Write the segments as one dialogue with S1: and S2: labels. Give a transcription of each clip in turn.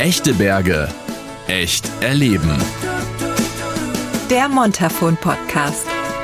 S1: Echte Berge, echt erleben.
S2: Der Montafon Podcast.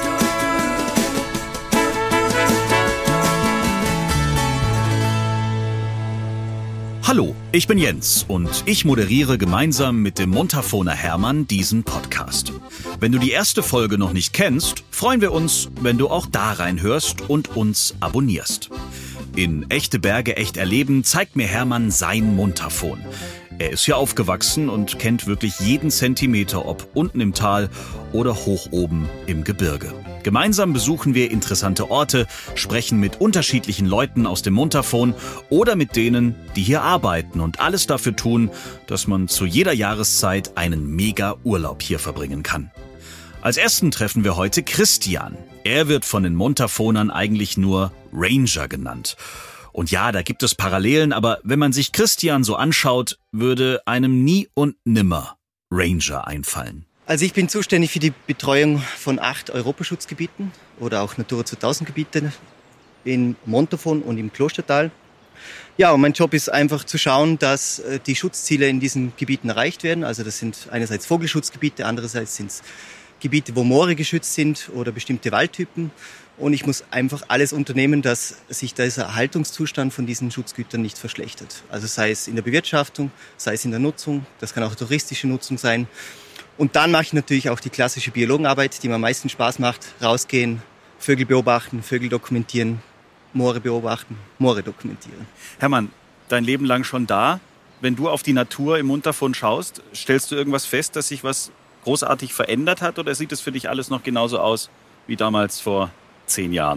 S3: Hallo, ich bin Jens und ich moderiere gemeinsam mit dem Montafoner Hermann diesen Podcast. Wenn du die erste Folge noch nicht kennst, freuen wir uns, wenn du auch da reinhörst und uns abonnierst. In Echte Berge, echt erleben zeigt mir Hermann sein Montafon. Er ist hier aufgewachsen und kennt wirklich jeden Zentimeter, ob unten im Tal oder hoch oben im Gebirge. Gemeinsam besuchen wir interessante Orte, sprechen mit unterschiedlichen Leuten aus dem Montafon oder mit denen, die hier arbeiten und alles dafür tun, dass man zu jeder Jahreszeit einen mega Urlaub hier verbringen kann. Als ersten treffen wir heute Christian. Er wird von den Montafonern eigentlich nur Ranger genannt. Und ja, da gibt es Parallelen, aber wenn man sich Christian so anschaut, würde einem nie und nimmer Ranger einfallen.
S4: Also ich bin zuständig für die Betreuung von 8 Europaschutzgebieten oder auch Natura 2000 Gebiete in Montafon und im Klostertal. Ja, und mein Job ist einfach zu schauen, dass die Schutzziele in diesen Gebieten erreicht werden. Also das sind einerseits Vogelschutzgebiete, andererseits sind es Gebiete, wo Moore geschützt sind oder bestimmte Waldtypen. Und ich muss einfach alles unternehmen, dass sich dieser Erhaltungszustand von diesen Schutzgütern nicht verschlechtert. Also sei es in der Bewirtschaftung, sei es in der Nutzung, das kann auch touristische Nutzung sein. Und dann mache ich natürlich auch die klassische Biologenarbeit, die mir am meisten Spaß macht. Rausgehen, Vögel beobachten, Vögel dokumentieren, Moore beobachten, Moore dokumentieren.
S3: Hermann, dein Leben lang schon da. Wenn du auf die Natur im Montafon schaust, stellst du irgendwas fest, dass sich was großartig verändert hat? Oder sieht es für dich alles noch genauso aus wie damals vor 10 Jahren?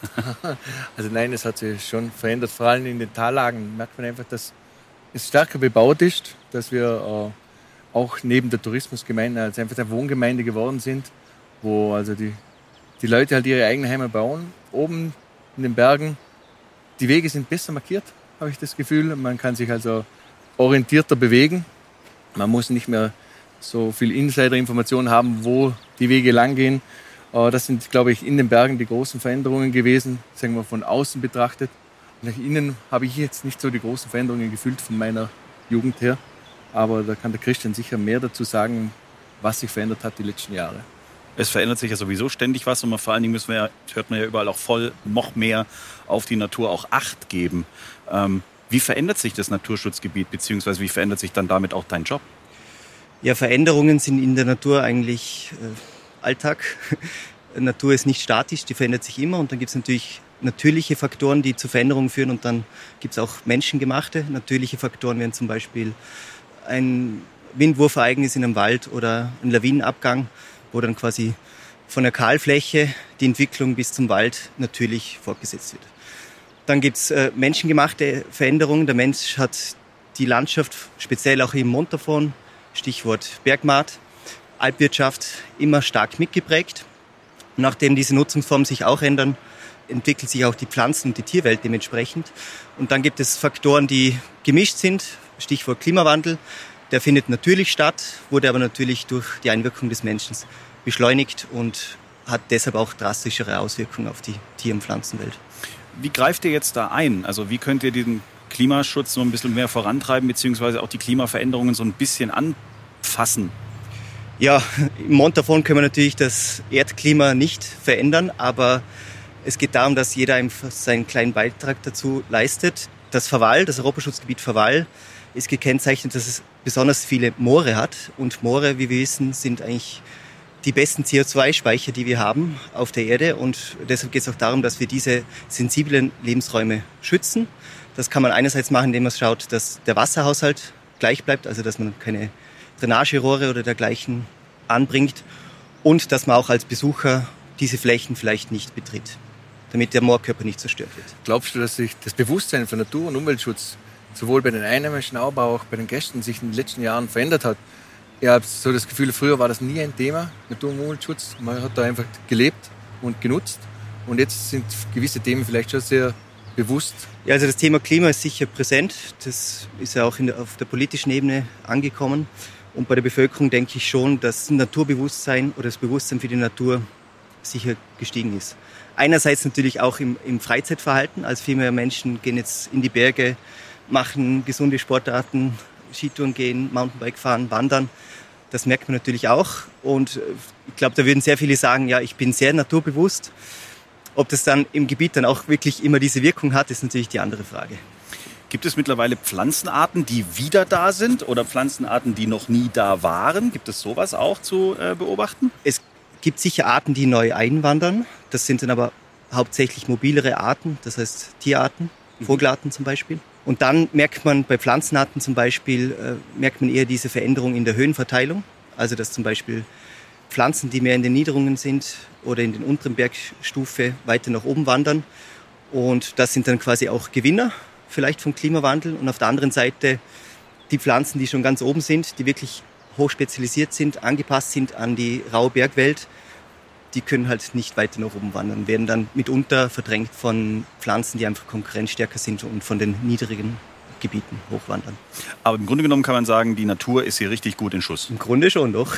S5: Also nein, es hat sich schon verändert. Vor allem in den Tallagen merkt man einfach, dass es stärker bebaut ist, dass wir auch neben der Tourismusgemeinde als einfach eine Wohngemeinde geworden sind, wo also die Leute halt ihre eigenen Heime bauen. Oben in den Bergen, die Wege sind besser markiert, habe ich das Gefühl. Man kann sich also orientierter bewegen. Man muss nicht mehr so viel Insider-Informationen haben, wo die Wege lang gehen. Das sind, glaube ich, in den Bergen die großen Veränderungen gewesen, sagen wir von außen betrachtet. Nach innen habe ich jetzt nicht so die großen Veränderungen gefühlt von meiner Jugend her. Aber da kann der Christian sicher mehr dazu sagen, was sich verändert hat die letzten Jahre.
S3: Es verändert sich ja sowieso ständig was und vor allen Dingen hört man ja überall auch voll noch mehr auf die Natur auch Acht geben. Wie verändert sich das Naturschutzgebiet, beziehungsweise wie verändert sich dann damit auch dein Job?
S4: Ja, Veränderungen sind in der Natur eigentlich Alltag. Natur ist nicht statisch, die verändert sich immer. Und dann gibt es natürlich natürliche Faktoren, die zu Veränderungen führen. Und dann gibt es auch menschengemachte natürliche Faktoren, wie zum Beispiel ein Windwurfereignis in einem Wald oder ein Lawinenabgang, wo dann quasi von der Kahlfläche die Entwicklung bis zum Wald natürlich fortgesetzt wird. Dann gibt es menschengemachte Veränderungen. Der Mensch hat die Landschaft, speziell auch im Montafon, Stichwort Bergmat, Alpwirtschaft, immer stark mitgeprägt. Nachdem diese Nutzungsformen sich auch ändern, entwickelt sich auch die Pflanzen- und die Tierwelt dementsprechend. Und dann gibt es Faktoren, die gemischt sind, Stichwort Klimawandel. Der findet natürlich statt, wurde aber natürlich durch die Einwirkung des Menschen beschleunigt und hat deshalb auch drastischere Auswirkungen auf die Tier- und Pflanzenwelt.
S3: Wie greift ihr jetzt da ein? Also wie könnt ihr den Klimaschutz so ein bisschen mehr vorantreiben, beziehungsweise auch die Klimaveränderungen so ein bisschen anfassen?
S4: Ja, im Montafon können wir natürlich das Erdklima nicht verändern, aber es geht darum, dass jeder einfach seinen kleinen Beitrag dazu leistet. Das Verwall, das Europaschutzgebiet Verwall, ist gekennzeichnet, dass es besonders viele Moore hat. Und Moore, wie wir wissen, sind eigentlich die besten CO2-Speicher, die wir haben auf der Erde. Und deshalb geht es auch darum, dass wir diese sensiblen Lebensräume schützen. Das kann man einerseits machen, indem man schaut, dass der Wasserhaushalt gleich bleibt, also dass man keine Drainagerohre oder dergleichen anbringt. Und dass man auch als Besucher diese Flächen vielleicht nicht betritt, damit der Moorkörper nicht zerstört wird.
S5: Glaubst du, dass sich das Bewusstsein für Natur- und Umweltschutz sowohl bei den Einheimischen, aber auch bei den Gästen sich in den letzten Jahren verändert hat? Ich habe so das Gefühl, früher war das nie ein Thema, Natur- und Umweltschutz. Man hat da einfach gelebt und genutzt. Und jetzt sind gewisse Themen vielleicht schon sehr bewusst.
S4: Ja, also das Thema Klima ist sicher präsent. Das ist ja auch auf der politischen Ebene angekommen. Und bei der Bevölkerung denke ich schon, dass das Naturbewusstsein oder das Bewusstsein für die Natur sicher gestiegen ist. Einerseits natürlich auch im Freizeitverhalten. Also viel mehr Menschen gehen jetzt in die Berge, machen gesunde Sportarten, Skitouren gehen, Mountainbike fahren, wandern. Das merkt man natürlich auch. Und ich glaube, da würden sehr viele sagen, ja, ich bin sehr naturbewusst. Ob das dann im Gebiet dann auch wirklich immer diese Wirkung hat, ist natürlich die andere Frage.
S3: Gibt es mittlerweile Pflanzenarten, die wieder da sind oder Pflanzenarten, die noch nie da waren? Gibt es sowas auch zu beobachten?
S4: Es gibt sicher Arten, die neu einwandern. Das sind dann aber hauptsächlich mobilere Arten, das heißt Tierarten, Vogelarten zum Beispiel. Und dann merkt man bei Pflanzenarten zum Beispiel, merkt man eher diese Veränderung in der Höhenverteilung. Also dass zum Beispiel Pflanzen, die mehr in den Niederungen sind oder in den unteren Bergstufe weiter nach oben wandern. Und das sind dann quasi auch Gewinner vielleicht vom Klimawandel. Und auf der anderen Seite die Pflanzen, die schon ganz oben sind, die wirklich hochspezialisiert sind, angepasst sind an die raue Bergwelt, die können halt nicht weiter nach oben wandern, werden dann mitunter verdrängt von Pflanzen, die einfach konkurrenzstärker sind und von den niedrigen Gebieten hochwandern.
S3: Aber im Grunde genommen kann man sagen, die Natur ist hier richtig gut in Schuss.
S4: Im Grunde schon, doch.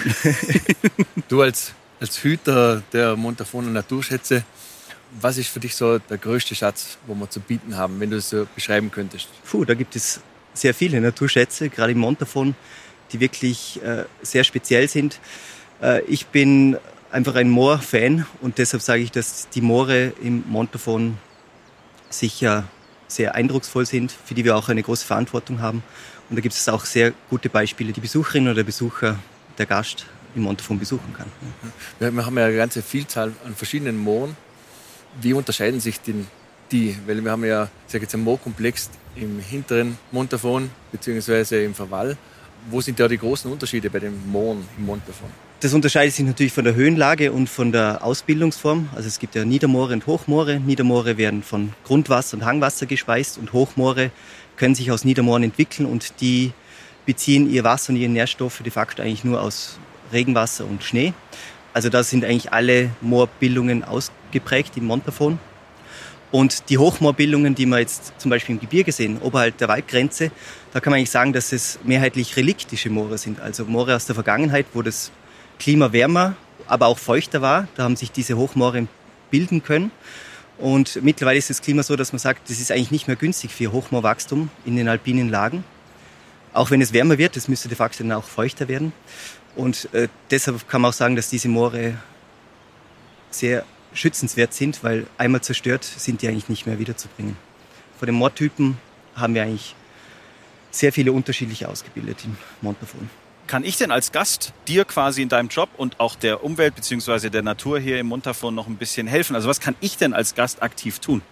S5: Du als Hüter der Montafoner Naturschätze, was ist für dich so der größte Schatz, wo wir zu bieten haben, wenn du es so beschreiben könntest?
S4: Da gibt es sehr viele Naturschätze, gerade im Montafon, die wirklich sehr speziell sind. Ich bin einfach ein Moor-Fan und deshalb sage ich, dass die Moore im Montafon sicher sehr eindrucksvoll sind, für die wir auch eine große Verantwortung haben. Und da gibt es auch sehr gute Beispiele, die Besucherin oder der Besucher, der Gast im Montafon besuchen kann.
S5: Wir haben ja eine ganze Vielzahl an verschiedenen Mooren. Wie unterscheiden sich die? Weil wir haben ja, ich sage jetzt, einen Moorkomplex im hinteren Montafon bzw. im Verwall. Wo sind da die großen Unterschiede bei den Mooren im Montafon?
S4: Das unterscheidet sich natürlich von der Höhenlage und von der Ausbildungsform. Also es gibt ja Niedermoore und Hochmoore. Niedermoore werden von Grundwasser und Hangwasser gespeist und Hochmoore können sich aus Niedermooren entwickeln und die beziehen ihr Wasser und ihre Nährstoffe de facto eigentlich nur aus Regenwasser und Schnee. Also da sind eigentlich alle Moorbildungen ausgeprägt im Montafon. Und die Hochmoorbildungen, die wir jetzt zum Beispiel im Gebirge sehen, oberhalb der Waldgrenze, da kann man eigentlich sagen, dass es mehrheitlich reliktische Moore sind. Also Moore aus der Vergangenheit, wo das Klima wärmer, aber auch feuchter war. Da haben sich diese Hochmoore bilden können. Und mittlerweile ist das Klima so, dass man sagt, das ist eigentlich nicht mehr günstig für Hochmoorwachstum in den alpinen Lagen. Auch wenn es wärmer wird, das müsste de facto dann auch feuchter werden. Und deshalb kann man auch sagen, dass diese Moore sehr schützenswert sind, weil einmal zerstört sind die eigentlich nicht mehr wiederzubringen. Von den Moortypen haben wir eigentlich sehr viele unterschiedliche ausgebildet im Montafon.
S3: Kann ich denn als Gast dir quasi in deinem Job und auch der Umwelt bzw. der Natur hier im Montafon noch ein bisschen helfen? Also was kann ich denn als Gast aktiv tun?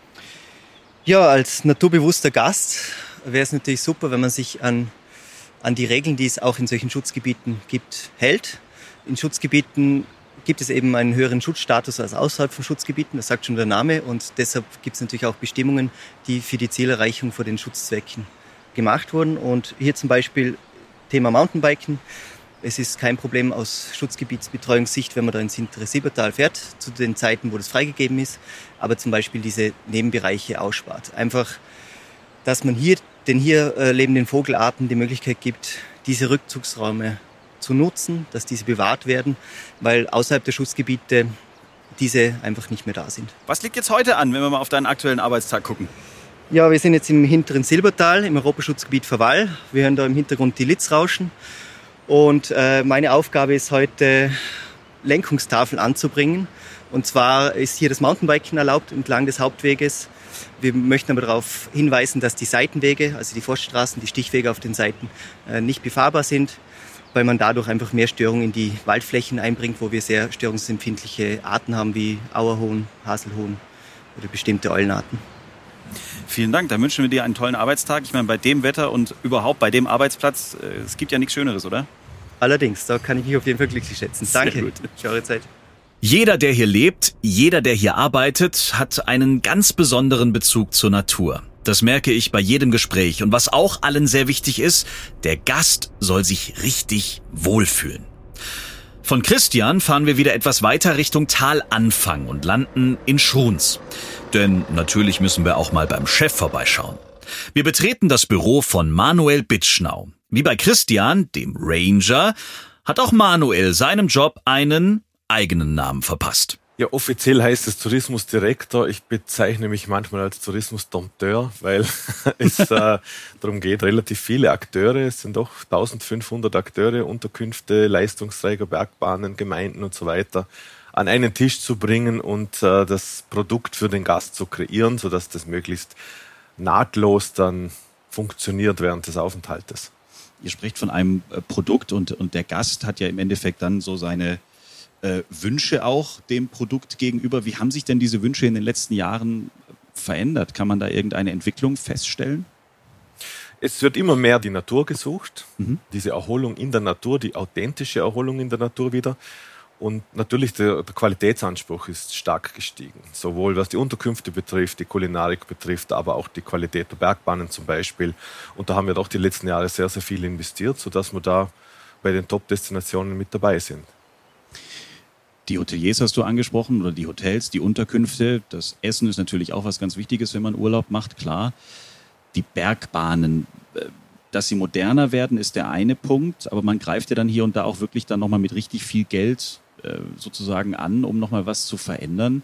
S4: Ja, als naturbewusster Gast wäre es natürlich super, wenn man sich an die Regeln, die es auch in solchen Schutzgebieten gibt, hält. In Schutzgebieten gibt es eben einen höheren Schutzstatus als außerhalb von Schutzgebieten, das sagt schon der Name. Und deshalb gibt es natürlich auch Bestimmungen, die für die Zielerreichung vor den Schutzzwecken gemacht wurden. Und hier zum Beispiel Thema Mountainbiken. Es ist kein Problem aus Schutzgebietsbetreuungssicht, wenn man da ins hintere Silbertal fährt, zu den Zeiten, wo das freigegeben ist, aber zum Beispiel diese Nebenbereiche ausspart. Einfach, dass man hier den hier lebenden Vogelarten die Möglichkeit gibt, diese Rückzugsräume zu nutzen, dass diese bewahrt werden, weil außerhalb der Schutzgebiete diese einfach nicht mehr da sind.
S3: Was liegt jetzt heute an, wenn wir mal auf deinen aktuellen Arbeitstag gucken?
S4: Ja, wir sind jetzt im hinteren Silbertal, im Europaschutzgebiet Verwall. Wir hören da im Hintergrund die Litz rauschen. Und meine Aufgabe ist heute, Lenkungstafeln anzubringen. Und zwar ist hier das Mountainbiken erlaubt entlang des Hauptweges. Wir möchten aber darauf hinweisen, dass die Seitenwege, also die Forststraßen, die Stichwege auf den Seiten nicht befahrbar sind, weil man dadurch einfach mehr Störung in die Waldflächen einbringt, wo wir sehr störungsempfindliche Arten haben, wie Auerhuhn, Haselhuhn oder bestimmte Eulenarten.
S3: Vielen Dank, dann wünschen wir dir einen tollen Arbeitstag. Ich meine, bei dem Wetter und überhaupt bei dem Arbeitsplatz, es gibt ja nichts Schöneres, oder?
S4: Allerdings, da kann ich mich auf jeden Fall glücklich schätzen. Danke für eure Zeit.
S1: Jeder, der hier lebt, jeder, der hier arbeitet, hat einen ganz besonderen Bezug zur Natur. Das merke ich bei jedem Gespräch. Und was auch allen sehr wichtig ist, der Gast soll sich richtig wohlfühlen. Von Christian fahren wir wieder etwas weiter Richtung Talanfang und landen in Schruns. Denn natürlich müssen wir auch mal beim Chef vorbeischauen. Wir betreten das Büro von Manuel Bitschnau. Wie bei Christian, dem Ranger, hat auch Manuel seinem Job einen eigenen Namen verpasst.
S6: Ja, offiziell heißt es Tourismusdirektor. Ich bezeichne mich manchmal als Tourismusdompteur, weil es darum geht, relativ viele Akteure, es sind doch 1500 Akteure, Unterkünfte, Leistungsträger, Bergbahnen, Gemeinden und so weiter, an einen Tisch zu bringen und das Produkt für den Gast zu kreieren, sodass das möglichst nahtlos dann funktioniert während des Aufenthaltes.
S1: Ihr spricht von einem Produkt und der Gast hat ja im Endeffekt dann so seine Wünsche auch dem Produkt gegenüber. Wie haben sich denn diese Wünsche in den letzten Jahren verändert? Kann man da irgendeine Entwicklung feststellen?
S6: Es wird immer mehr die Natur gesucht, diese Erholung in der Natur, die authentische Erholung in der Natur wieder. Und natürlich der Qualitätsanspruch ist stark gestiegen, sowohl was die Unterkünfte betrifft, die Kulinarik betrifft, aber auch die Qualität der Bergbahnen zum Beispiel. Und da haben wir doch die letzten Jahre sehr, sehr viel investiert, sodass wir da bei den Top-Destinationen mit dabei sind.
S1: Die Hoteliers hast du angesprochen oder die Hotels, die Unterkünfte. Das Essen ist natürlich auch was ganz Wichtiges, wenn man Urlaub macht, klar. Die Bergbahnen, dass sie moderner werden, ist der eine Punkt. Aber man greift ja dann hier und da auch wirklich dann nochmal mit richtig viel Geld sozusagen an, um nochmal was zu verändern.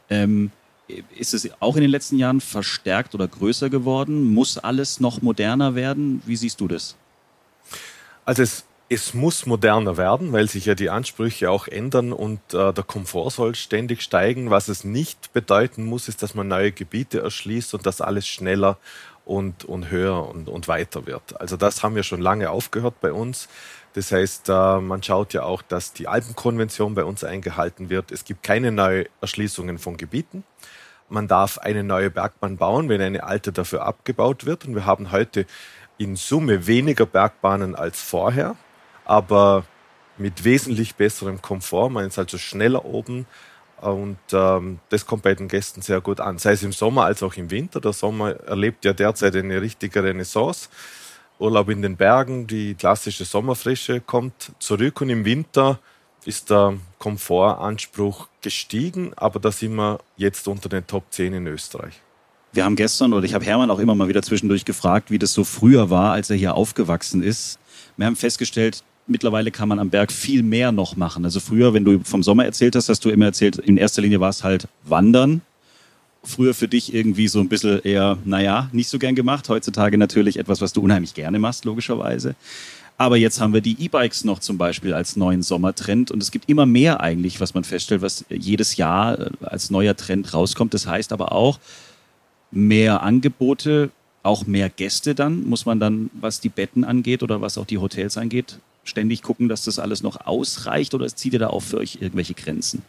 S1: Ist es auch in den letzten Jahren verstärkt oder größer geworden? Muss alles noch moderner werden? Wie siehst du das?
S6: Also es muss moderner werden, weil sich ja die Ansprüche auch ändern und der Komfort soll ständig steigen. Was es nicht bedeuten muss, ist, dass man neue Gebiete erschließt und dass alles schneller und höher und weiter wird. Also das haben wir schon lange aufgehört bei uns. Das heißt, man schaut ja auch, dass die Alpenkonvention bei uns eingehalten wird. Es gibt keine neuen Erschließungen von Gebieten. Man darf eine neue Bergbahn bauen, wenn eine alte dafür abgebaut wird. Und wir haben heute in Summe weniger Bergbahnen als vorher, aber mit wesentlich besserem Komfort. Man ist also schneller oben und das kommt bei den Gästen sehr gut an. Sei es im Sommer als auch im Winter. Der Sommer erlebt ja derzeit eine richtige Renaissance. Urlaub in den Bergen, die klassische Sommerfrische kommt zurück und im Winter ist der Komfortanspruch gestiegen, aber da sind wir jetzt unter den Top 10 in Österreich.
S1: Wir haben gestern, oder ich habe Hermann auch immer mal wieder zwischendurch gefragt, wie das so früher war, als er hier aufgewachsen ist. Wir haben festgestellt, mittlerweile kann man am Berg viel mehr noch machen. Also früher, wenn du vom Sommer erzählt hast, hast du immer erzählt, in erster Linie war es halt Wandern. Früher für dich irgendwie so ein bisschen eher, nicht so gern gemacht. Heutzutage natürlich etwas, was du unheimlich gerne machst, logischerweise. Aber jetzt haben wir die E-Bikes noch zum Beispiel als neuen Sommertrend. Und es gibt immer mehr eigentlich, was man feststellt, was jedes Jahr als neuer Trend rauskommt. Das heißt aber auch mehr Angebote, auch mehr Gäste dann. Muss man dann, was die Betten angeht oder was auch die Hotels angeht, ständig gucken, dass das alles noch ausreicht? Oder zieht ihr da auch für euch irgendwelche Grenzen?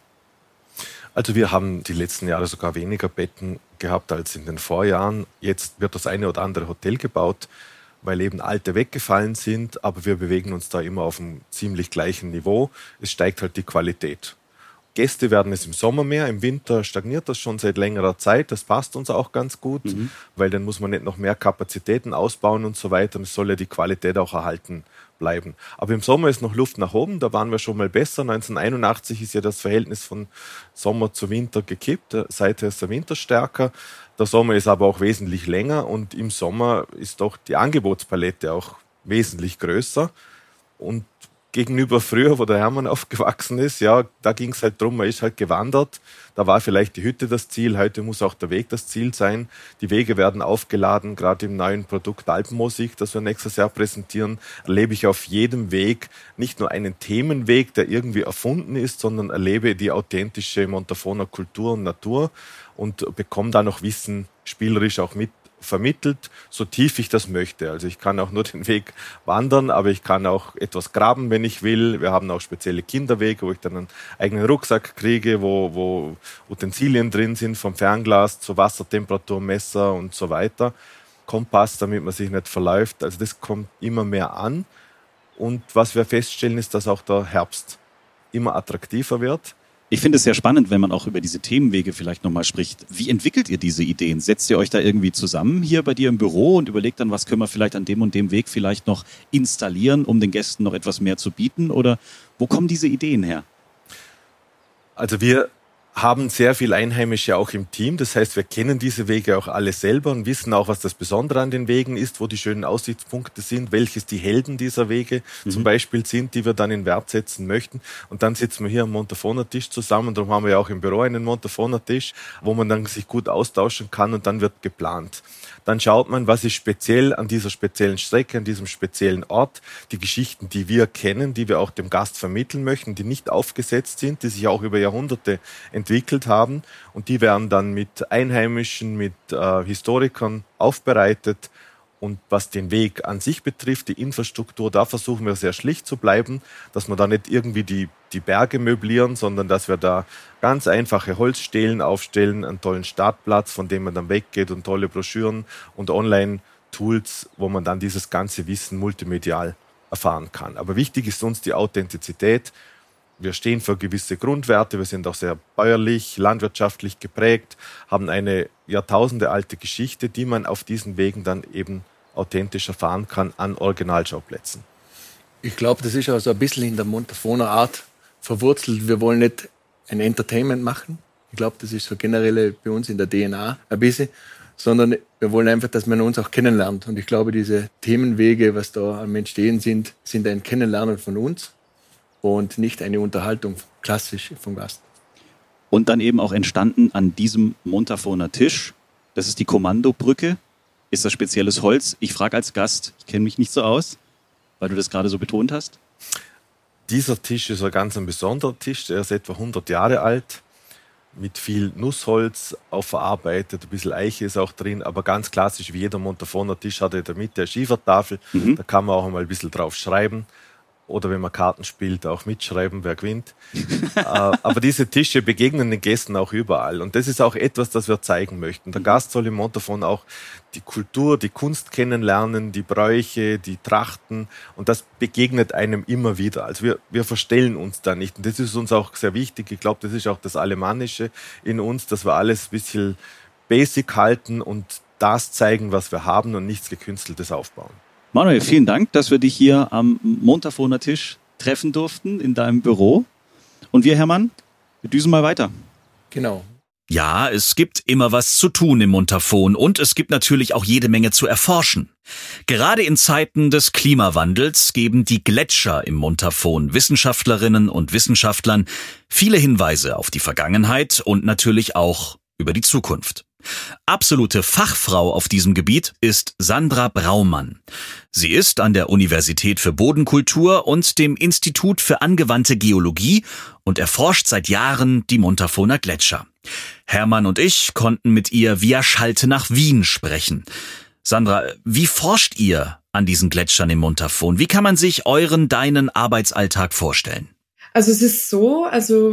S6: Also wir haben die letzten Jahre sogar weniger Betten gehabt als in den Vorjahren. Jetzt wird das eine oder andere Hotel gebaut, weil eben alte weggefallen sind, aber wir bewegen uns da immer auf einem ziemlich gleichen Niveau. Es steigt halt die Qualität. Gäste werden es im Sommer mehr, im Winter stagniert das schon seit längerer Zeit. Das passt uns auch ganz gut, weil dann muss man nicht noch mehr Kapazitäten ausbauen und so weiter. Und es soll ja die Qualität auch erhalten bleiben. Aber im Sommer ist noch Luft nach oben, da waren wir schon mal besser. 1981 ist ja das Verhältnis von Sommer zu Winter gekippt. Seither ist der Winter stärker. Der Sommer ist aber auch wesentlich länger und im Sommer ist doch die Angebotspalette auch wesentlich größer. Und gegenüber früher, wo der Hermann aufgewachsen ist, ja, da ging es halt drum, man ist halt gewandert. Da war vielleicht die Hütte das Ziel, heute muss auch der Weg das Ziel sein. Die Wege werden aufgeladen, gerade im neuen Produkt Alpenmusik, das wir nächstes Jahr präsentieren, erlebe ich auf jedem Weg nicht nur einen Themenweg, der irgendwie erfunden ist, sondern erlebe die authentische Montafoner Kultur und Natur und bekomme da noch Wissen spielerisch auch mit vermittelt, so tief ich das möchte. Also ich kann auch nur den Weg wandern, aber ich kann auch etwas graben, wenn ich will. Wir haben auch spezielle Kinderwege, wo ich dann einen eigenen Rucksack kriege, wo Utensilien drin sind, vom Fernglas zu Wassertemperaturmesser und so weiter. Kompass, damit man sich nicht verläuft. Also das kommt immer mehr an. Und was wir feststellen, ist, dass auch der Herbst immer attraktiver wird.
S1: Ich finde es sehr spannend, wenn man auch über diese Themenwege vielleicht nochmal spricht. Wie entwickelt ihr diese Ideen? Setzt ihr euch da irgendwie zusammen hier bei dir im Büro und überlegt dann, was können wir vielleicht an dem und dem Weg vielleicht noch installieren, um den Gästen noch etwas mehr zu bieten? Oder wo kommen diese Ideen her?
S6: Also wir haben sehr viel Einheimische auch im Team. Das heißt, wir kennen diese Wege auch alle selber und wissen auch, was das Besondere an den Wegen ist, wo die schönen Aussichtspunkte sind, welches die Helden dieser Wege zum Beispiel sind, die wir dann in Wert setzen möchten. Und dann sitzen wir hier am Montafoner-Tisch zusammen. Darum haben wir ja auch im Büro einen Montafoner-Tisch, wo man dann sich gut austauschen kann und dann wird geplant. Dann schaut man, was ist speziell an dieser speziellen Strecke, an diesem speziellen Ort, die Geschichten, die wir kennen, die wir auch dem Gast vermitteln möchten, die nicht aufgesetzt sind, die sich auch über Jahrhunderte entwickelt haben und die werden dann mit Einheimischen, mit Historikern aufbereitet. Und was den Weg an sich betrifft, die Infrastruktur, da versuchen wir sehr schlicht zu bleiben, dass wir da nicht irgendwie die Berge möblieren, sondern dass wir da ganz einfache Holzstelen aufstellen, einen tollen Startplatz, von dem man dann weggeht und tolle Broschüren und Online-Tools, wo man dann dieses ganze Wissen multimedial erfahren kann. Aber wichtig ist uns die Authentizität. Wir stehen für gewisse Grundwerte, wir sind auch sehr bäuerlich, landwirtschaftlich geprägt, haben eine jahrtausendealte Geschichte, die man auf diesen Wegen dann eben authentisch erfahren kann an Originalschauplätzen.
S5: Ich glaube, das ist auch so ein bisschen in der Montafoner Art verwurzelt. Wir wollen nicht ein Entertainment machen. Ich glaube, das ist so generell bei uns in der DNA ein bisschen, sondern wir wollen einfach, dass man uns auch kennenlernt. Und ich glaube, diese Themenwege, was da am Entstehen sind ein Kennenlernen von uns und nicht eine Unterhaltung klassisch vom Gast.
S3: Und dann eben auch entstanden an diesem Montafoner Tisch. Das ist die Kommandobrücke. Ist das spezielles Holz? Ich frage als Gast, ich kenne mich nicht so aus, weil du das gerade so betont hast.
S6: Dieser Tisch ist ein ganz besonderer Tisch, der ist etwa 100 Jahre alt, mit viel Nussholz aufverarbeitet, ein bisschen Eiche ist auch drin, aber ganz klassisch wie jeder Montafoner Tisch hat er in der Mitte eine Schiefertafel, da kann man auch mal ein bisschen drauf schreiben. Oder wenn man Karten spielt, auch mitschreiben, wer gewinnt. Aber diese Tische begegnen den Gästen auch überall. Und das ist auch etwas, das wir zeigen möchten. Der Gast soll im Montafon auch die Kultur, die Kunst kennenlernen, die Bräuche, die Trachten. Und das begegnet einem immer wieder. Also wir verstellen uns da nicht. Und das ist uns auch sehr wichtig. Ich glaube, das ist auch das Alemannische in uns, dass wir alles ein bisschen basic halten und das zeigen, was wir haben und nichts Gekünsteltes aufbauen.
S3: Manuel, vielen Dank, dass wir dich hier am Montafoner Tisch treffen durften in deinem Büro. Und wir, Hermann, wir düsen mal weiter.
S5: Genau.
S1: Ja, es gibt immer was zu tun im Montafon und es gibt natürlich auch jede Menge zu erforschen. Gerade in Zeiten des Klimawandels geben die Gletscher im Montafon Wissenschaftlerinnen und Wissenschaftlern viele Hinweise auf die Vergangenheit und natürlich auch über die Zukunft. Absolute Fachfrau auf diesem Gebiet ist Sandra Braumann. Sie ist an der Universität für Bodenkultur und dem Institut für angewandte Geologie und erforscht seit Jahren die Montafoner Gletscher. Hermann und ich konnten mit ihr via Schalte nach Wien sprechen. Sandra, wie forscht ihr an diesen Gletschern im Montafon? Wie kann man sich deinen Arbeitsalltag vorstellen?
S7: Also es ist so,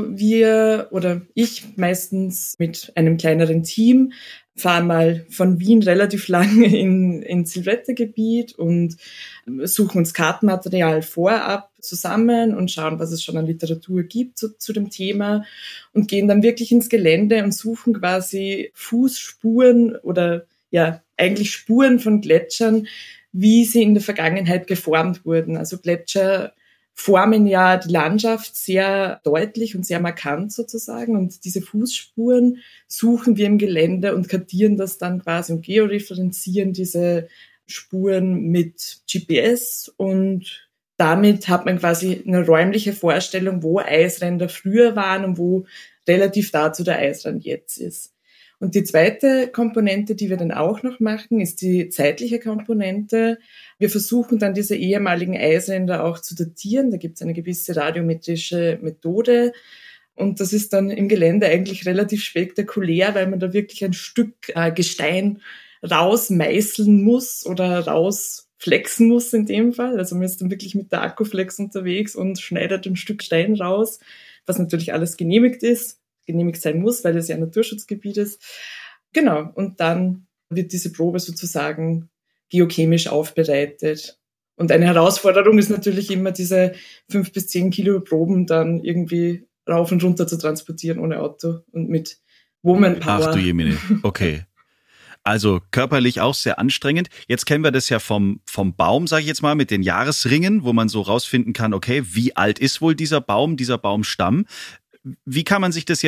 S7: ich meistens mit einem kleineren Team fahre mal von Wien relativ lang ins Silvretta-Gebiet und suchen uns Kartenmaterial vorab zusammen und schauen, was es schon an Literatur gibt zu dem Thema und gehen dann wirklich ins Gelände und suchen quasi Fußspuren oder ja eigentlich Spuren von Gletschern, wie sie in der Vergangenheit geformt wurden. Also Gletscher formen ja die Landschaft sehr deutlich und sehr markant sozusagen. Und diese Fußspuren suchen wir im Gelände und kartieren das dann quasi und georeferenzieren diese Spuren mit GPS. Und damit hat man quasi eine räumliche Vorstellung, wo Eisränder früher waren und wo relativ dazu der Eisrand jetzt ist. Und die zweite Komponente, die wir dann auch noch machen, ist die zeitliche Komponente. Wir versuchen dann diese ehemaligen Eisränder auch zu datieren. Da gibt es eine gewisse radiometrische Methode. Und das ist dann im Gelände eigentlich relativ spektakulär, weil man da wirklich ein Stück Gestein rausmeißeln muss oder rausflexen muss in dem Fall. Also man ist dann wirklich mit der Akkuflex unterwegs und schneidet ein Stück Stein raus, was natürlich alles genehmigt sein muss, weil es ja ein Naturschutzgebiet ist. Genau, und dann wird diese Probe sozusagen geochemisch aufbereitet. Und eine Herausforderung ist natürlich immer, diese 5 bis 10 Kilo Proben dann irgendwie rauf und runter zu transportieren ohne Auto und mit Womanpower.
S3: Ach du Jemine, okay. Also körperlich auch sehr anstrengend. Jetzt kennen wir das ja vom Baum, sage ich jetzt mal, mit den Jahresringen, wo man so rausfinden kann, okay, wie alt ist wohl dieser Baumstamm? Wie kann man sich das jetzt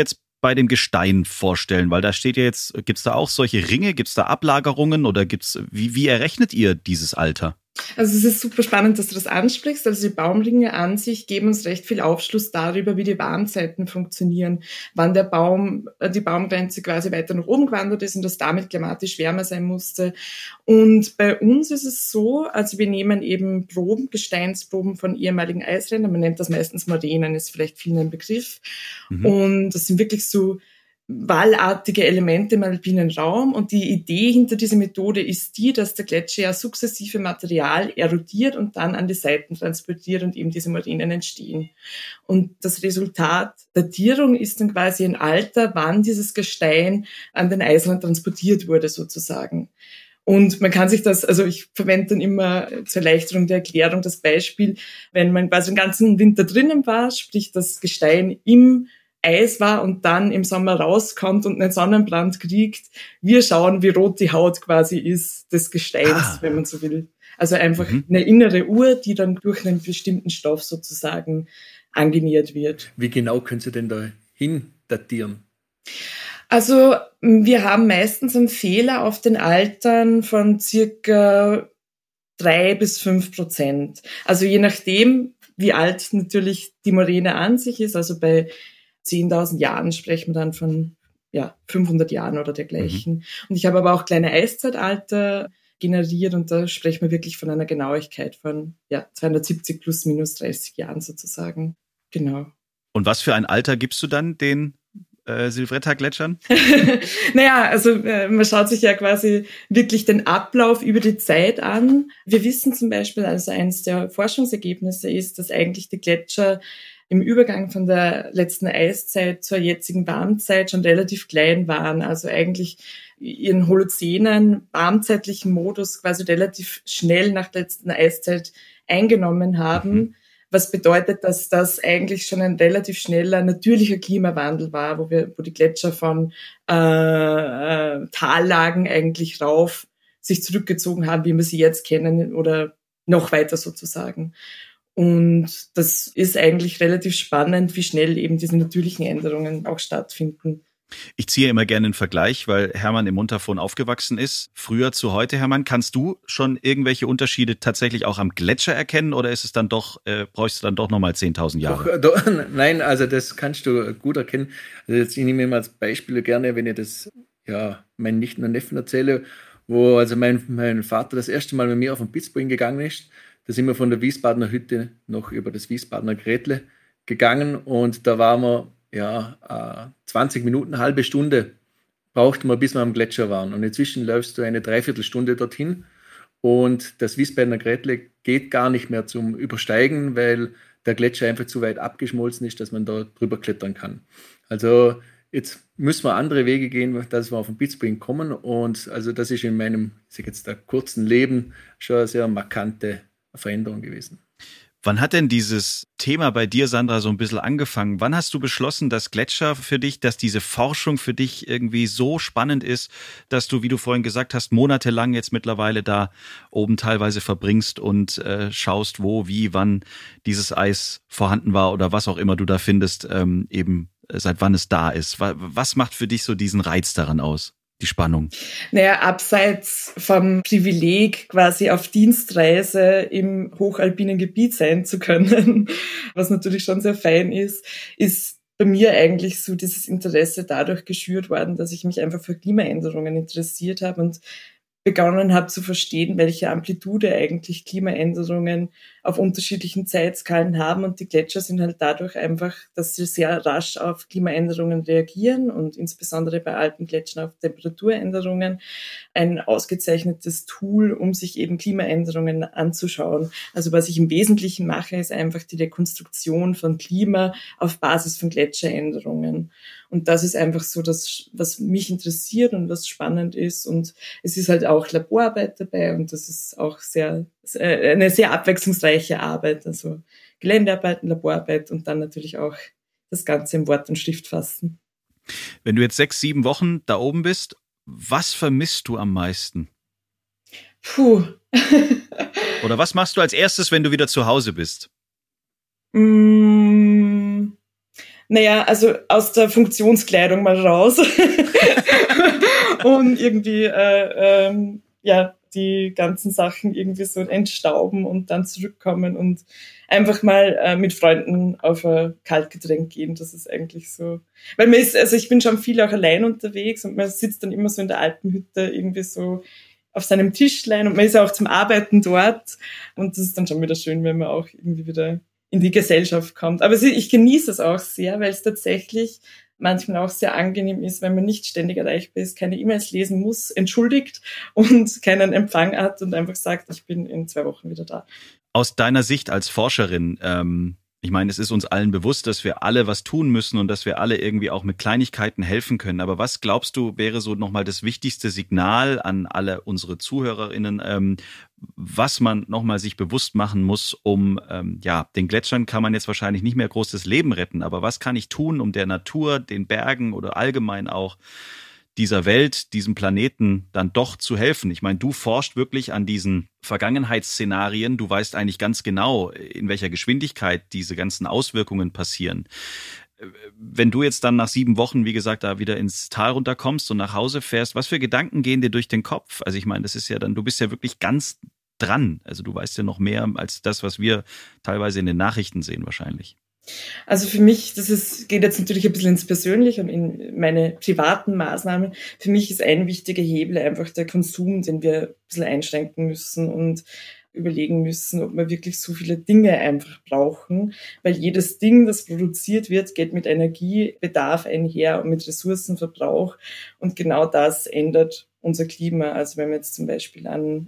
S3: bei dem Gestein vorstellen? Weil da steht ja jetzt, gibt's da auch solche Ringe, gibt's da Ablagerungen oder wie errechnet ihr dieses Alter?
S7: Also es ist super spannend, dass du das ansprichst. Also die Baumringe an sich geben uns recht viel Aufschluss darüber, wie die Warmzeiten funktionieren, wann die Baumgrenze quasi weiter nach oben gewandert ist und das damit klimatisch wärmer sein musste. Und bei uns ist es so, also wir nehmen eben Proben, Gesteinsproben von ehemaligen Eisrändern, man nennt das meistens Moränen, ist vielleicht vielen ein Begriff. Und das sind wirklich so wallartige Elemente im alpinen Raum. Und die Idee hinter dieser Methode ist die, dass der Gletscher ja sukzessive Material erodiert und dann an die Seiten transportiert und eben diese Moränen entstehen. Und das Resultat der Datierung ist dann quasi ein Alter, wann dieses Gestein an den Eisrand transportiert wurde sozusagen. Und man kann sich das, also ich verwende dann immer zur Erleichterung der Erklärung das Beispiel, wenn man quasi den ganzen Winter drinnen war, sprich das Gestein im Eis war und dann im Sommer rauskommt und einen Sonnenbrand kriegt, wir schauen, wie rot die Haut quasi ist des Gesteins, wenn man so will. Also einfach eine innere Uhr, die dann durch einen bestimmten Stoff sozusagen angenähert wird.
S5: Wie genau können Sie denn da hin datieren?
S7: Also wir haben meistens einen Fehler auf den Altern von circa 3-5%. Also je nachdem, wie alt natürlich die Moräne an sich ist, also bei 10.000 Jahren sprechen wir dann von 500 Jahren oder dergleichen. Und ich habe aber auch kleine Eiszeitalter generiert und da sprechen wir wirklich von einer Genauigkeit von 270 plus minus 30 Jahren sozusagen. Genau.
S3: Und was für ein Alter gibst du dann den Silvretta-Gletschern?
S7: Naja, also man schaut sich ja quasi wirklich den Ablauf über die Zeit an. Wir wissen zum Beispiel, also eines der Forschungsergebnisse ist, dass eigentlich die Gletscher im Übergang von der letzten Eiszeit zur jetzigen Warmzeit schon relativ klein waren, also eigentlich ihren holozänen, warmzeitlichen Modus quasi relativ schnell nach der letzten Eiszeit eingenommen haben, was bedeutet, dass das eigentlich schon ein relativ schneller natürlicher Klimawandel war, wo die Gletscher von Tallagen eigentlich rauf sich zurückgezogen haben, wie wir sie jetzt kennen oder noch weiter sozusagen. Und das ist eigentlich relativ spannend, wie schnell eben diese natürlichen Änderungen auch stattfinden.
S3: Ich ziehe immer gerne einen Vergleich, weil Hermann im Montafon aufgewachsen ist. Früher zu heute, Hermann, kannst du schon irgendwelche Unterschiede tatsächlich auch am Gletscher erkennen oder ist es dann doch, bräuchst du dann doch nochmal 10.000 Jahre?
S5: Nein, also das kannst du gut erkennen. Also jetzt, ich nehme mir mal als Beispiel gerne, wenn ich das meinen Nichten und Neffen erzähle, wo also mein Vater das erste Mal mit mir auf den Pitzboing gegangen ist. Da sind wir von der Wiesbadener Hütte noch über das Wiesbadener Grätle gegangen und da waren wir 20 Minuten, eine halbe Stunde brauchten wir, bis wir am Gletscher waren. Und inzwischen läufst du eine Dreiviertelstunde dorthin und das Wiesbadener Grätle geht gar nicht mehr zum Übersteigen, weil der Gletscher einfach zu weit abgeschmolzen ist, dass man da drüber klettern kann. Also jetzt müssen wir andere Wege gehen, dass wir auf den Pitzboing kommen und also das ist in meinem, kurzen Leben schon eine sehr markante Veränderung gewesen.
S3: Wann hat denn dieses Thema bei dir, Sandra, so ein bisschen angefangen? Wann hast du beschlossen, dass Gletscher für dich, dass diese Forschung für dich irgendwie so spannend ist, dass du, wie du vorhin gesagt hast, monatelang jetzt mittlerweile da oben teilweise verbringst und schaust, wo, wie, wann dieses Eis vorhanden war oder was auch immer du da findest, eben seit wann es da ist? Was macht für dich so diesen Reiz daran aus? Die Spannung?
S7: Naja, abseits vom Privileg, quasi auf Dienstreise im hochalpinen Gebiet sein zu können, was natürlich schon sehr fein ist bei mir eigentlich so dieses Interesse dadurch geschürt worden, dass ich mich einfach für Klimaänderungen interessiert habe und begonnen habe zu verstehen, welche Amplitude eigentlich Klimaänderungen auf unterschiedlichen Zeitskalen haben. Und die Gletscher sind halt dadurch einfach, dass sie sehr rasch auf Klimaänderungen reagieren und insbesondere bei alten Gletschern auf Temperaturänderungen ein ausgezeichnetes Tool, um sich eben Klimaänderungen anzuschauen. Also was ich im Wesentlichen mache, ist einfach die Rekonstruktion von Klima auf Basis von Gletscheränderungen. Und das ist einfach so das, was mich interessiert und was spannend ist. Und es ist halt auch Laborarbeit dabei und das ist auch eine sehr abwechslungsreiche Arbeit. Also Geländearbeiten, Laborarbeit und dann natürlich auch das Ganze im Wort und Stift fassen.
S3: Wenn du jetzt 6-7 Wochen da oben bist, was vermisst du am meisten?
S7: Puh.
S3: Oder was machst du als erstes, wenn du wieder zu Hause bist?
S7: Naja, also aus der Funktionskleidung mal raus und irgendwie die ganzen Sachen irgendwie so entstauben und dann zurückkommen und einfach mal mit Freunden auf ein Kaltgetränk gehen. Das ist eigentlich so. Weil ich bin schon viel auch allein unterwegs und man sitzt dann immer so in der Alpenhütte irgendwie so auf seinem Tischlein und man ist ja auch zum Arbeiten dort und das ist dann schon wieder schön, wenn man auch irgendwie wieder in die Gesellschaft kommt. Aber ich genieße es auch sehr, weil es tatsächlich manchmal auch sehr angenehm ist, wenn man nicht ständig erreichbar ist, keine E-Mails lesen muss, entschuldigt und keinen Empfang hat und einfach sagt, ich bin in 2 Wochen wieder da.
S1: Aus deiner Sicht als Forscherin, ich meine, es ist uns allen bewusst, dass wir alle was tun müssen und dass wir alle irgendwie auch mit Kleinigkeiten helfen können. Aber was glaubst du, wäre so nochmal das wichtigste Signal an alle unsere ZuhörerInnen, was man nochmal sich bewusst machen muss, um, den Gletschern kann man jetzt wahrscheinlich nicht mehr groß das Leben retten, aber was kann ich tun, um der Natur, den Bergen oder allgemein auch dieser Welt, diesem Planeten dann doch zu helfen? Ich meine, du forschst wirklich an diesen Vergangenheitsszenarien. Du weißt eigentlich ganz genau, in welcher Geschwindigkeit diese ganzen Auswirkungen passieren. Wenn du jetzt dann nach 7 Wochen, wie gesagt, da wieder ins Tal runterkommst und nach Hause fährst, was für Gedanken gehen dir durch den Kopf? Also ich meine, das ist ja dann, du bist ja wirklich ganz dran. Also du weißt ja noch mehr als das, was wir teilweise in den Nachrichten sehen wahrscheinlich.
S7: Also für mich, geht jetzt natürlich ein bisschen ins Persönliche und in meine privaten Maßnahmen. Für mich ist ein wichtiger Hebel einfach der Konsum, den wir ein bisschen einschränken müssen und überlegen müssen, ob wir wirklich so viele Dinge einfach brauchen, weil jedes Ding, das produziert wird, geht mit Energiebedarf einher und mit Ressourcenverbrauch und genau das ändert unser Klima. Also wenn wir jetzt zum Beispiel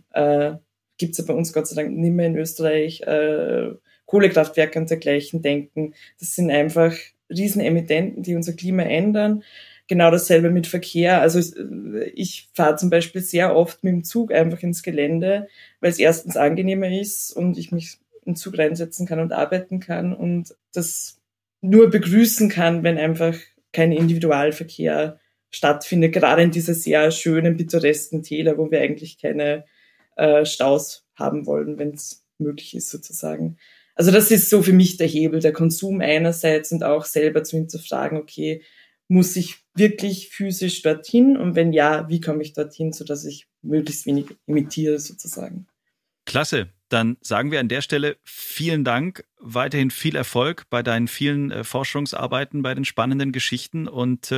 S7: gibt's ja bei uns Gott sei Dank nicht mehr in Österreich Kohlekraftwerke und dergleichen denken. Das sind einfach Riesenemittenten, die unser Klima ändern. Genau dasselbe mit Verkehr. Also ich fahre zum Beispiel sehr oft mit dem Zug einfach ins Gelände, weil es erstens angenehmer ist und ich mich in den Zug reinsetzen kann und arbeiten kann und das nur begrüßen kann, wenn einfach kein Individualverkehr stattfindet, gerade in dieser sehr schönen, pittoresken Täler, wo wir eigentlich keine Staus haben wollen, wenn es möglich ist sozusagen. Also das ist so für mich der Hebel, der Konsum einerseits und auch selber zu hinterfragen, okay, muss ich wirklich physisch dorthin und wenn ja, wie komme ich dorthin, sodass ich möglichst wenig emittiere sozusagen.
S1: Klasse, dann sagen wir an der Stelle vielen Dank, weiterhin viel Erfolg bei deinen vielen Forschungsarbeiten, bei den spannenden Geschichten und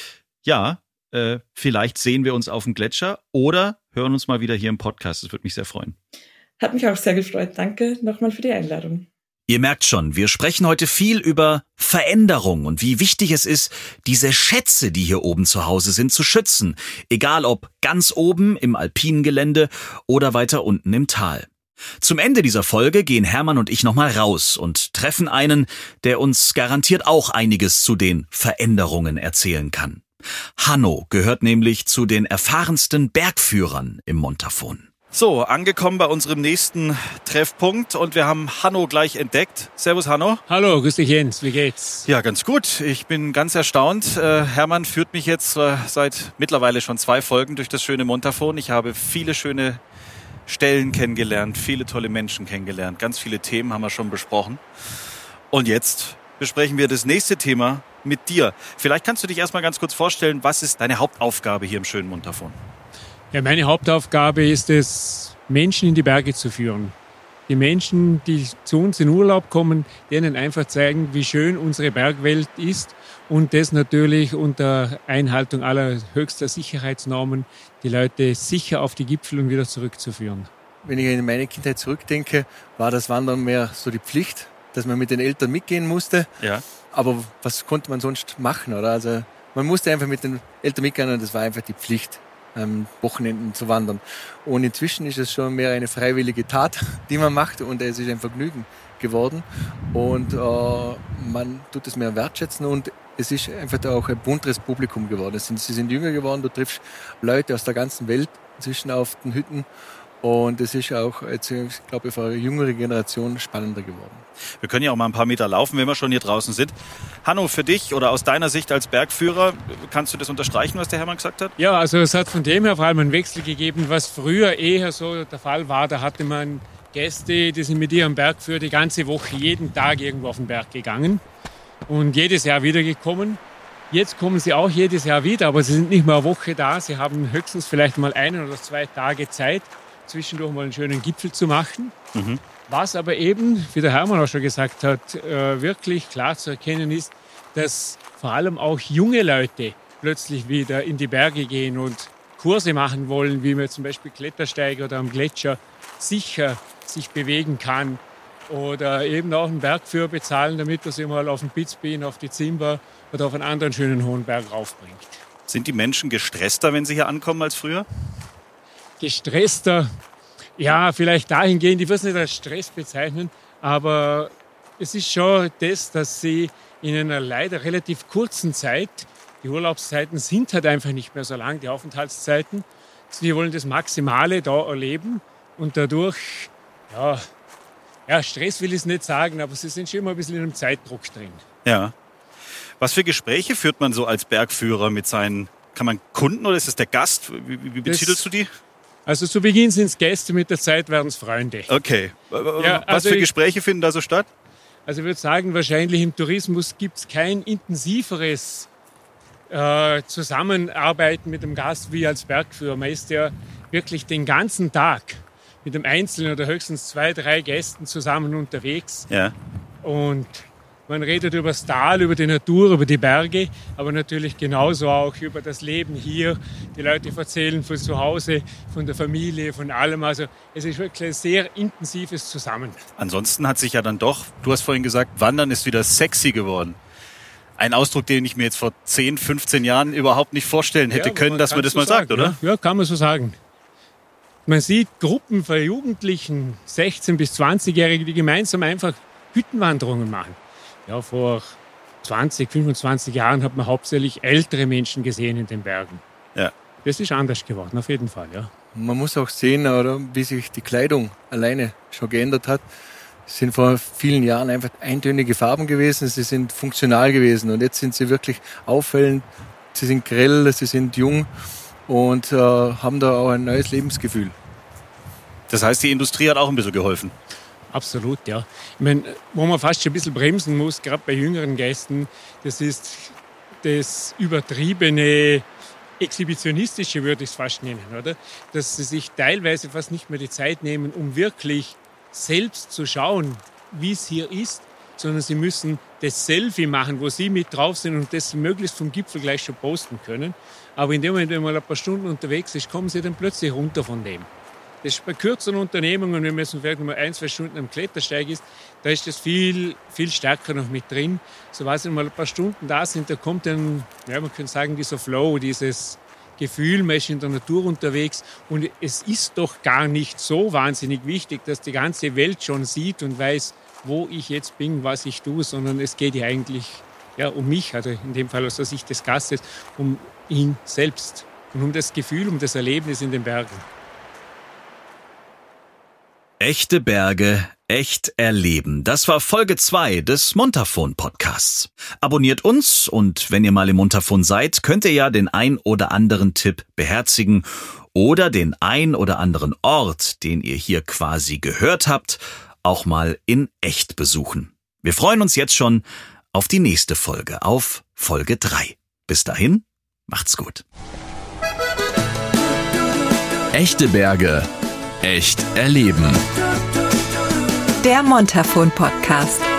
S1: vielleicht sehen wir uns auf dem Gletscher oder hören uns mal wieder hier im Podcast, das würde mich sehr freuen.
S7: Hat mich auch sehr gefreut. Danke nochmal für die Einladung.
S1: Ihr merkt schon, wir sprechen heute viel über Veränderung und wie wichtig es ist, diese Schätze, die hier oben zu Hause sind, zu schützen. Egal ob ganz oben im alpinen Gelände oder weiter unten im Tal. Zum Ende dieser Folge gehen Hermann und ich nochmal raus und treffen einen, der uns garantiert auch einiges zu den Veränderungen erzählen kann. Hanno gehört nämlich zu den erfahrensten Bergführern im Montafon. So, angekommen bei unserem nächsten Treffpunkt und wir haben Hanno gleich entdeckt. Servus Hanno.
S8: Hallo, grüß dich Jens, wie geht's?
S1: Ja, ganz gut. Ich bin ganz erstaunt. Hermann führt mich jetzt seit mittlerweile schon 2 Folgen durch das schöne Montafon. Ich habe viele schöne Stellen kennengelernt, viele tolle Menschen kennengelernt. Ganz viele Themen haben wir schon besprochen. Und jetzt besprechen wir das nächste Thema mit dir. Vielleicht kannst du dich erstmal ganz kurz vorstellen, was ist deine Hauptaufgabe hier im schönen Montafon?
S8: Ja, meine Hauptaufgabe ist es, Menschen in die Berge zu führen. Die Menschen, die zu uns in Urlaub kommen, denen einfach zeigen, wie schön unsere Bergwelt ist und das natürlich unter Einhaltung aller höchster Sicherheitsnormen, die Leute sicher auf die Gipfel und wieder zurückzuführen.
S5: Wenn ich in meine Kindheit zurückdenke, war das Wandern mehr so die Pflicht, dass man mit den Eltern mitgehen musste.
S1: Ja.
S5: Aber was konnte man sonst machen, oder? Also man musste einfach mit den Eltern mitgehen und das war einfach die Pflicht, am Wochenenden zu wandern. Und inzwischen ist es schon mehr eine freiwillige Tat, die man macht und es ist ein Vergnügen geworden und man tut es mehr wertschätzen und es ist einfach auch ein bunteres Publikum geworden. Sie sind jünger geworden, du triffst Leute aus der ganzen Welt inzwischen auf den Hütten und es ist auch, jetzt, ich glaube, für eine jüngere Generation spannender geworden.
S1: Wir können ja auch mal ein paar Meter laufen, wenn wir schon hier draußen sind. Hanno, für dich oder aus deiner Sicht als Bergführer, kannst du das unterstreichen, was der Hermann gesagt hat?
S8: Ja, also es hat von dem her vor allem einen Wechsel gegeben, was früher eher so der Fall war. Da hatte man Gäste, die sind mit ihrem Bergführer die ganze Woche, jeden Tag irgendwo auf den Berg gegangen. und jedes Jahr wiedergekommen. Jetzt kommen sie auch jedes Jahr wieder, aber sie sind nicht mehr eine Woche da. Sie haben höchstens vielleicht mal 1 oder 2 Tage Zeit, zwischendurch mal einen schönen Gipfel zu machen. Mhm. Was aber eben, wie der Hermann auch schon gesagt hat, wirklich klar zu erkennen ist, dass vor allem auch junge Leute plötzlich wieder in die Berge gehen und Kurse machen wollen, wie man zum Beispiel Klettersteiger oder am Gletscher sicher sich bewegen kann. Oder eben auch einen Bergführer bezahlen, damit er sie mal auf den Pitzbein, auf die Zimba oder auf einen anderen schönen hohen Berg raufbringt.
S3: Sind die Menschen gestresster, wenn sie hier ankommen, als früher?
S8: Gestresster, ja, vielleicht dahingehend, ich würde es nicht als Stress bezeichnen, aber es ist schon das, dass sie in einer leider relativ kurzen Zeit, die Urlaubszeiten sind halt einfach nicht mehr so lang, die Aufenthaltszeiten, sie wollen das Maximale da erleben und dadurch, ja, Stress will ich es nicht sagen, aber sie sind schon immer ein bisschen in einem Zeitdruck drin.
S3: Ja. Was für Gespräche führt man so als Bergführer mit seinen, kann man Kunden oder ist es der Gast? Wie betitelst du die?
S8: Also zu Beginn sind es Gäste, mit der Zeit werden es Freunde.
S3: Okay. Was für Gespräche finden da so statt?
S8: Also ich würde sagen, wahrscheinlich im Tourismus gibt es kein intensiveres Zusammenarbeiten mit dem Gast wie als Bergführer. Man ist ja wirklich den ganzen Tag mit einem Einzelnen oder höchstens 2, 3 Gästen zusammen unterwegs.
S3: Ja.
S8: Und man redet über das Tal, über die Natur, über die Berge, aber natürlich genauso auch über das Leben hier. Die Leute erzählen von zu Hause, von der Familie, von allem. Also es ist wirklich ein sehr intensives Zusammen.
S3: Ansonsten hat sich ja dann doch, du hast vorhin gesagt, Wandern ist wieder sexy geworden. Ein Ausdruck, den ich mir jetzt vor 10, 15 Jahren überhaupt nicht vorstellen hätte können, dass man das mal sagt, oder?
S8: Ja, kann man so sagen. Man sieht Gruppen von Jugendlichen, 16- bis 20-Jährige, die gemeinsam einfach Hüttenwanderungen machen. Ja, vor 20, 25 Jahren hat man hauptsächlich ältere Menschen gesehen in den Bergen.
S3: Ja.
S8: Das ist anders geworden, auf jeden Fall, ja.
S5: Man muss auch sehen, oder, wie sich die Kleidung alleine schon geändert hat. Es sind vor vielen Jahren einfach eintönige Farben gewesen, sie sind funktional gewesen und jetzt sind sie wirklich auffällend, sie sind grell, sie sind jung und haben da auch ein neues Lebensgefühl.
S3: Das heißt, die Industrie hat auch ein bisschen geholfen?
S8: Absolut, ja. Ich meine, wo man fast schon ein bisschen bremsen muss, gerade bei jüngeren Gästen, das ist das übertriebene Exhibitionistische, würde ich es fast nennen, oder? Dass sie sich teilweise fast nicht mehr die Zeit nehmen, um wirklich selbst zu schauen, wie es hier ist, sondern sie müssen das Selfie machen, wo sie mit drauf sind und das möglichst vom Gipfel gleich schon posten können. Aber in dem Moment, wenn man ein paar Stunden unterwegs ist, kommen sie dann plötzlich runter von dem. Das ist bei kürzeren Unternehmungen, wenn man jetzt vielleicht mal 1, 2 Stunden am Klettersteig ist, da ist das viel, viel stärker noch mit drin. So was, wenn mal ein paar Stunden da sind, da kommt dann, ja, man könnte sagen, dieser Flow, dieses Gefühl, man ist in der Natur unterwegs und es ist doch gar nicht so wahnsinnig wichtig, dass die ganze Welt schon sieht und weiß, wo ich jetzt bin, was ich tue, sondern es geht ja eigentlich um mich, also in dem Fall aus der Sicht des Gastes, um ihn selbst und um das Gefühl, um das Erlebnis in den Bergen.
S1: Echte Berge, echt erleben. Das war Folge 2 des Montafon Podcasts. Abonniert uns und wenn ihr mal im Montafon seid, könnt ihr ja den ein oder anderen Tipp beherzigen oder den ein oder anderen Ort, den ihr hier quasi gehört habt, auch mal in echt besuchen. Wir freuen uns jetzt schon auf die nächste Folge, auf Folge 3. Bis dahin, macht's gut.
S9: Echte Berge. Echt erleben.
S2: Der Montafon Podcast.